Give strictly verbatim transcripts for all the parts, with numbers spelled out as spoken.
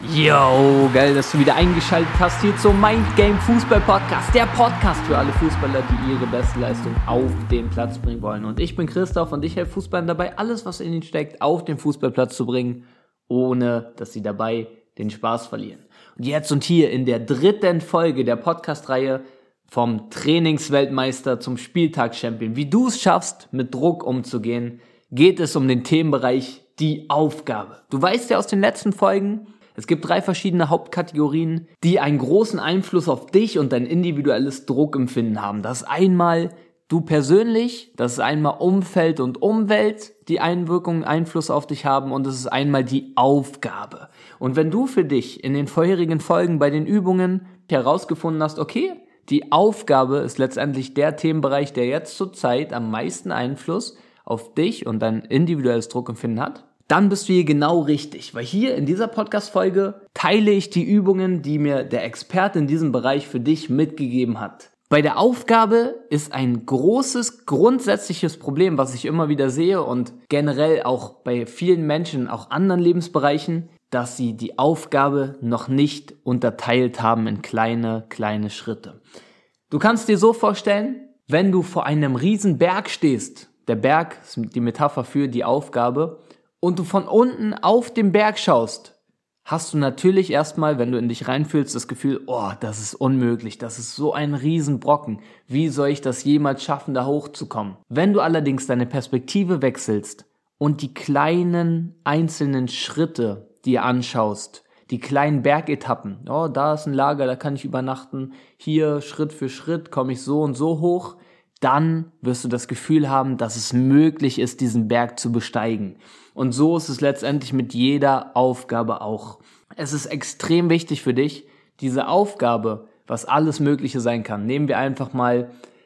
Yo, geil, dass du wieder eingeschaltet hast hier zum Mindgame Fußball Podcast, der Podcast für alle Fußballer, die ihre beste Leistung auf den Platz bringen wollen. Und ich bin Christoph und ich helfe Fußballern dabei, alles, was in ihnen steckt, auf den Fußballplatz zu bringen, ohne dass sie dabei den Spaß verlieren. Und jetzt und hier in der dritten Folge der Podcast-Reihe vom Trainingsweltmeister zum Spieltagschampion, wie du es schaffst, mit Druck umzugehen, geht es um den Themenbereich die Aufgabe. Du weißt ja aus den letzten Folgen, es gibt drei verschiedene Hauptkategorien, die einen großen Einfluss auf dich und dein individuelles Druckempfinden haben. Das ist einmal du persönlich, das ist einmal Umfeld und Umwelt, die Einwirkungen, Einfluss auf dich haben, und es ist einmal die Aufgabe. Und wenn du für dich in den vorherigen Folgen bei den Übungen herausgefunden hast, okay, die Aufgabe ist letztendlich der Themenbereich, der jetzt zurzeit am meisten Einfluss auf dich und dein individuelles Druckempfinden hat, dann bist du hier genau richtig, weil hier in dieser Podcast-Folge teile ich die Übungen, die mir der Experte in diesem Bereich für dich mitgegeben hat. Bei der Aufgabe ist ein großes, grundsätzliches Problem, was ich immer wieder sehe und generell auch bei vielen Menschen, auch anderen Lebensbereichen, dass sie die Aufgabe noch nicht unterteilt haben in kleine, kleine Schritte. Du kannst dir so vorstellen, wenn du vor einem riesen Berg stehst, der Berg ist die Metapher für die Aufgabe, und du von unten auf den Berg schaust, hast du natürlich erstmal, wenn du in dich reinfühlst, das Gefühl, oh, das ist unmöglich, das ist so ein Riesenbrocken. Wie soll ich das jemals schaffen, da hochzukommen? Wenn du allerdings deine Perspektive wechselst und die kleinen einzelnen Schritte dir anschaust, die kleinen Bergetappen, oh, da ist ein Lager, da kann ich übernachten, hier Schritt für Schritt komme ich so und so hoch, dann wirst du das Gefühl haben, dass es möglich ist, diesen Berg zu besteigen. Und so ist es letztendlich mit jeder Aufgabe auch. Es ist extrem wichtig für dich, diese Aufgabe, was alles Mögliche sein kann. Nehmen wir einfach mal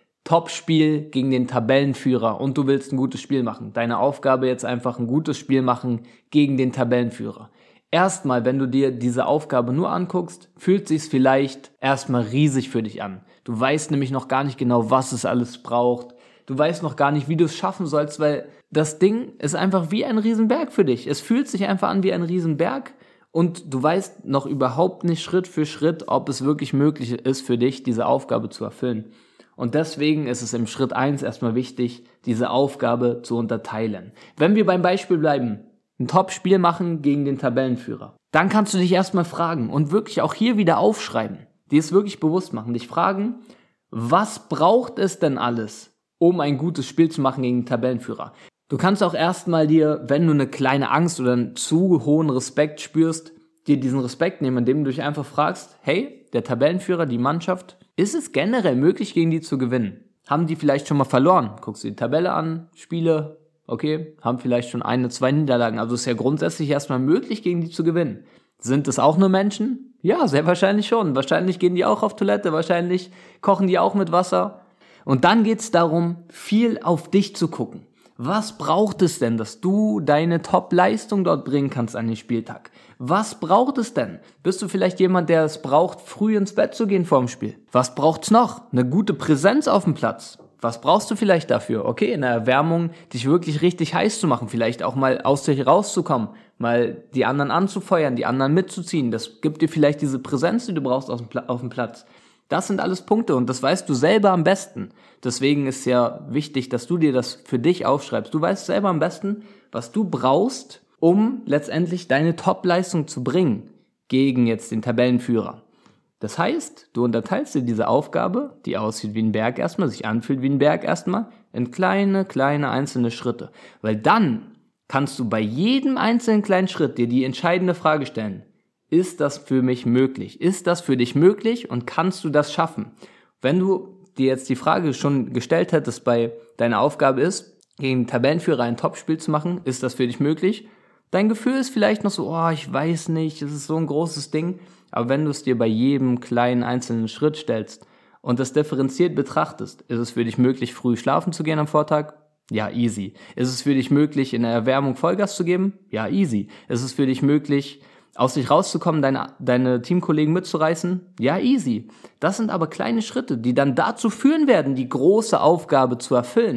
Topspiel gegen den Tabellenführer und du willst ein gutes Spiel machen. Deine Aufgabe jetzt einfach ein gutes Spiel machen gegen den Tabellenführer. Erstmal, wenn du dir diese Aufgabe nur anguckst, fühlt sich's vielleicht erstmal riesig für dich an. Du weißt nämlich noch gar nicht genau, was es alles braucht. Du weißt noch gar nicht, wie du es schaffen sollst, weil das Ding ist einfach wie ein Riesenberg für dich. Es fühlt sich einfach an wie ein Riesenberg und du weißt noch überhaupt nicht Schritt für Schritt, ob es wirklich möglich ist für dich, diese Aufgabe zu erfüllen. Und deswegen ist es im Schritt eins erstmal wichtig, diese Aufgabe zu unterteilen. Wenn wir beim Beispiel bleiben, ein Top-Spiel machen gegen den Tabellenführer, dann kannst du dich erstmal fragen und wirklich auch hier wieder aufschreiben, dir es wirklich bewusst machen, dich fragen, was braucht es denn alles, um ein gutes Spiel zu machen gegen den Tabellenführer? Du kannst auch erstmal dir, wenn du eine kleine Angst oder einen zu hohen Respekt spürst, dir diesen Respekt nehmen, indem du dich einfach fragst, hey, der Tabellenführer, die Mannschaft, ist es generell möglich, gegen die zu gewinnen? Haben die vielleicht schon mal verloren? Guckst du die Tabelle an, Spiele, okay, haben vielleicht schon eine, zwei Niederlagen. Also ist ja grundsätzlich erstmal möglich, gegen die zu gewinnen. Sind es auch nur Menschen? Ja, sehr wahrscheinlich schon. Wahrscheinlich gehen die auch auf Toilette, wahrscheinlich kochen die auch mit Wasser. Und dann geht's darum, viel auf dich zu gucken. Was braucht es denn, dass du deine Top-Leistung dort bringen kannst an den Spieltag? Was braucht es denn? Bist du vielleicht jemand, der es braucht, früh ins Bett zu gehen vor dem Spiel? Was braucht's noch? Eine gute Präsenz auf dem Platz. Was brauchst du vielleicht dafür? Okay, in der Erwärmung dich wirklich richtig heiß zu machen, vielleicht auch mal aus dir rauszukommen, mal die anderen anzufeuern, die anderen mitzuziehen. Das gibt dir vielleicht diese Präsenz, die du brauchst auf dem, Pla- auf dem Platz. Das sind alles Punkte und das weißt du selber am besten. Deswegen ist ja wichtig, dass du dir das für dich aufschreibst. Du weißt selber am besten, was du brauchst, um letztendlich deine Top-Leistung zu bringen gegen jetzt den Tabellenführer. Das heißt, du unterteilst dir diese Aufgabe, die aussieht wie ein Berg erstmal, sich anfühlt wie ein Berg erstmal, in kleine, kleine einzelne Schritte. Weil dann kannst du bei jedem einzelnen kleinen Schritt dir die entscheidende Frage stellen: Ist das für mich möglich? Ist das für dich möglich und kannst du das schaffen? Wenn du dir jetzt die Frage schon gestellt hättest, bei deiner Aufgabe ist, gegen den Tabellenführer ein Topspiel zu machen, ist das für dich möglich? Dein Gefühl ist vielleicht noch so, oh, ich weiß nicht, es ist so ein großes Ding. Aber wenn du es dir bei jedem kleinen einzelnen Schritt stellst und das differenziert betrachtest, ist es für dich möglich, früh schlafen zu gehen am Vortag? Ja, easy. Ist es für dich möglich, in der Erwärmung Vollgas zu geben? Ja, easy. Ist es für dich möglich, aus sich rauszukommen, deine, deine Teamkollegen mitzureißen? Ja, easy. Das sind aber kleine Schritte, die dann dazu führen werden, die große Aufgabe zu erfüllen.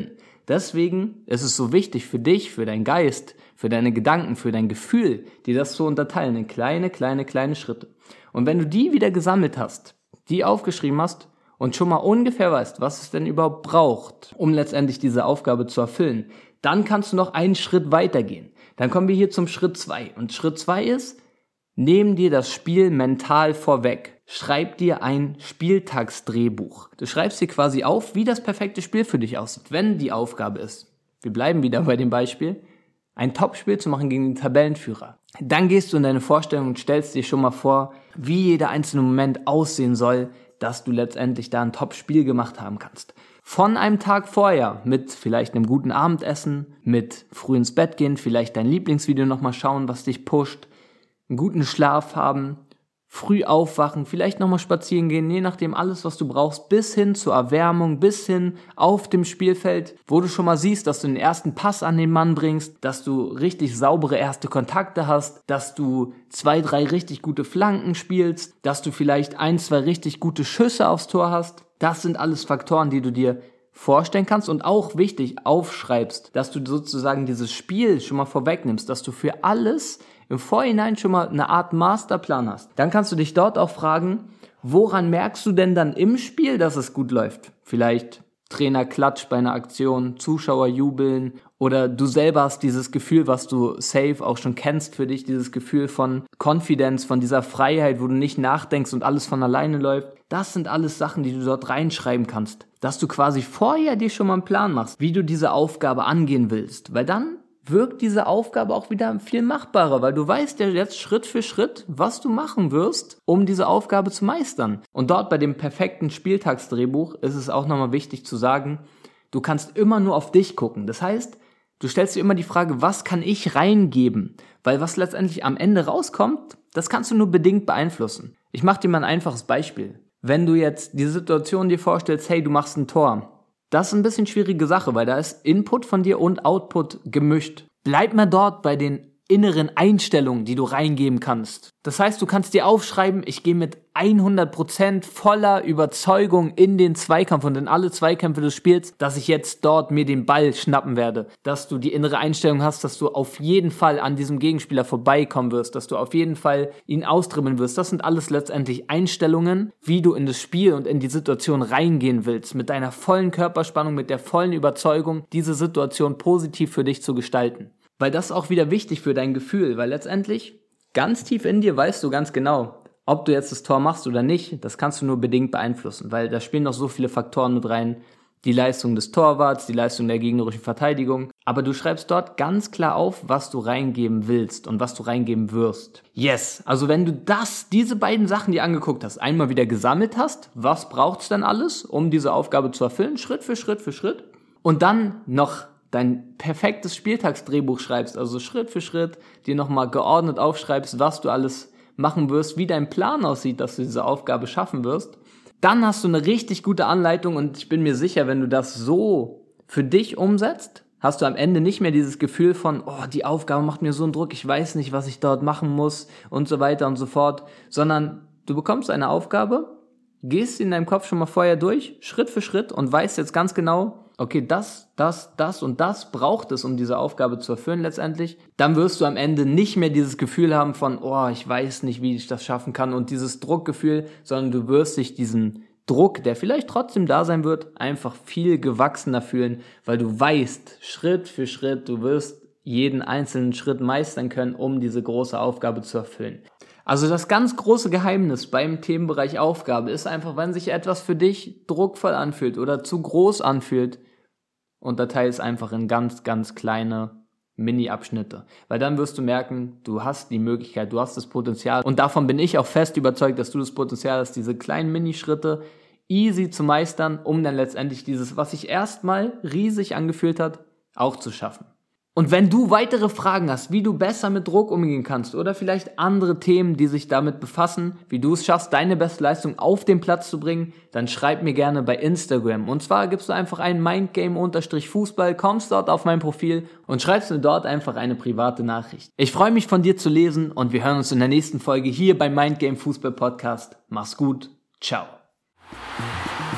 Deswegen ist es so wichtig für dich, für deinen Geist, für deine Gedanken, für dein Gefühl, dir das zu unterteilen in kleine, kleine, kleine Schritte. Und wenn du die wieder gesammelt hast, die aufgeschrieben hast und schon mal ungefähr weißt, was es denn überhaupt braucht, um letztendlich diese Aufgabe zu erfüllen, dann kannst du noch einen Schritt weitergehen. Dann kommen wir hier zum Schritt zwei. Und Schritt zwei ist, nimm dir das Spiel mental vorweg. Schreib dir ein Spieltagsdrehbuch. Du schreibst dir quasi auf, wie das perfekte Spiel für dich aussieht, wenn die Aufgabe ist. Wir bleiben wieder bei dem Beispiel. Ein Topspiel zu machen gegen den Tabellenführer. Dann gehst du in deine Vorstellung und stellst dir schon mal vor, wie jeder einzelne Moment aussehen soll, dass du letztendlich da ein Top-Spiel gemacht haben kannst. Von einem Tag vorher mit vielleicht einem guten Abendessen, mit früh ins Bett gehen, vielleicht dein Lieblingsvideo nochmal schauen, was dich pusht, einen guten Schlaf haben, früh aufwachen, vielleicht nochmal spazieren gehen, je nachdem alles, was du brauchst, bis hin zur Erwärmung, bis hin auf dem Spielfeld, wo du schon mal siehst, dass du den ersten Pass an den Mann bringst, dass du richtig saubere erste Kontakte hast, dass du zwei, drei richtig gute Flanken spielst, dass du vielleicht ein, zwei richtig gute Schüsse aufs Tor hast. Das sind alles Faktoren, die du dir vorstellen kannst und auch wichtig aufschreibst, dass du sozusagen dieses Spiel schon mal vorwegnimmst, dass du für alles im Vorhinein schon mal eine Art Masterplan hast. Dann kannst du dich dort auch fragen, woran merkst du denn dann im Spiel, dass es gut läuft? Vielleicht Trainer klatscht bei einer Aktion, Zuschauer jubeln oder du selber hast dieses Gefühl, was du safe auch schon kennst für dich, dieses Gefühl von Confidence, von dieser Freiheit, wo du nicht nachdenkst und alles von alleine läuft. Das sind alles Sachen, die du dort reinschreiben kannst. Dass du quasi vorher dir schon mal einen Plan machst, wie du diese Aufgabe angehen willst, weil dann wirkt diese Aufgabe auch wieder viel machbarer, weil du weißt ja jetzt Schritt für Schritt, was du machen wirst, um diese Aufgabe zu meistern. Und dort bei dem perfekten Spieltagsdrehbuch ist es auch nochmal wichtig zu sagen, du kannst immer nur auf dich gucken. Das heißt, du stellst dir immer die Frage, was kann ich reingeben? Weil was letztendlich am Ende rauskommt, das kannst du nur bedingt beeinflussen. Ich mache dir mal ein einfaches Beispiel. Wenn du jetzt die Situation dir vorstellst, hey, du machst ein Tor, das ist ein bisschen schwierige Sache, weil da ist Input von dir und Output gemischt. Bleib mal dort bei den inneren Einstellungen, die du reingeben kannst. Das heißt, du kannst dir aufschreiben, ich gehe mit hundert Prozent voller Überzeugung in den Zweikampf und in alle Zweikämpfe des Spiels, dass ich jetzt dort mir den Ball schnappen werde. Dass du die innere Einstellung hast, dass du auf jeden Fall an diesem Gegenspieler vorbeikommen wirst, dass du auf jeden Fall ihn austribbeln wirst. Das sind alles letztendlich Einstellungen, wie du in das Spiel und in die Situation reingehen willst, mit deiner vollen Körperspannung, mit der vollen Überzeugung, diese Situation positiv für dich zu gestalten. Weil das ist auch wieder wichtig für dein Gefühl, weil letztendlich ganz tief in dir weißt du ganz genau, ob du jetzt das Tor machst oder nicht, das kannst du nur bedingt beeinflussen, weil da spielen noch so viele Faktoren mit rein, die Leistung des Torwarts, die Leistung der gegnerischen Verteidigung, aber du schreibst dort ganz klar auf, was du reingeben willst und was du reingeben wirst. Yes, also wenn du das, diese beiden Sachen dir angeguckt hast, einmal wieder gesammelt hast, was braucht's denn alles, um diese Aufgabe zu erfüllen, Schritt für Schritt für Schritt, und dann noch dein perfektes Spieltagsdrehbuch schreibst, also Schritt für Schritt dir nochmal geordnet aufschreibst, was du alles machen wirst, wie dein Plan aussieht, dass du diese Aufgabe schaffen wirst, dann hast du eine richtig gute Anleitung und ich bin mir sicher, wenn du das so für dich umsetzt, hast du am Ende nicht mehr dieses Gefühl von, oh, die Aufgabe macht mir so einen Druck, ich weiß nicht, was ich dort machen muss und so weiter und so fort, sondern du bekommst eine Aufgabe, gehst sie in deinem Kopf schon mal vorher durch, Schritt für Schritt und weißt jetzt ganz genau, okay, das, das, das und das braucht es, um diese Aufgabe zu erfüllen letztendlich, dann wirst du am Ende nicht mehr dieses Gefühl haben von, oh, ich weiß nicht, wie ich das schaffen kann und dieses Druckgefühl, sondern du wirst dich diesen Druck, der vielleicht trotzdem da sein wird, einfach viel gewachsener fühlen, weil du weißt, Schritt für Schritt, du wirst jeden einzelnen Schritt meistern können, um diese große Aufgabe zu erfüllen. Also das ganz große Geheimnis beim Themenbereich Aufgabe ist einfach, wenn sich etwas für dich druckvoll anfühlt oder zu groß anfühlt, unterteile es einfach in ganz, ganz kleine Mini-Abschnitte. Weil dann wirst du merken, du hast die Möglichkeit, du hast das Potenzial. Und davon bin ich auch fest überzeugt, dass du das Potenzial hast, diese kleinen Minischritte easy zu meistern, um dann letztendlich dieses, was sich erstmal riesig angefühlt hat, auch zu schaffen. Und wenn du weitere Fragen hast, wie du besser mit Druck umgehen kannst oder vielleicht andere Themen, die sich damit befassen, wie du es schaffst, deine beste Leistung auf den Platz zu bringen, dann schreib mir gerne bei Instagram. Und zwar gibst du einfach ein Mindgame-Fußball, kommst dort auf mein Profil und schreibst mir dort einfach eine private Nachricht. Ich freue mich von dir zu lesen und wir hören uns in der nächsten Folge hier beim Mindgame Fußball Podcast. Mach's gut. Ciao.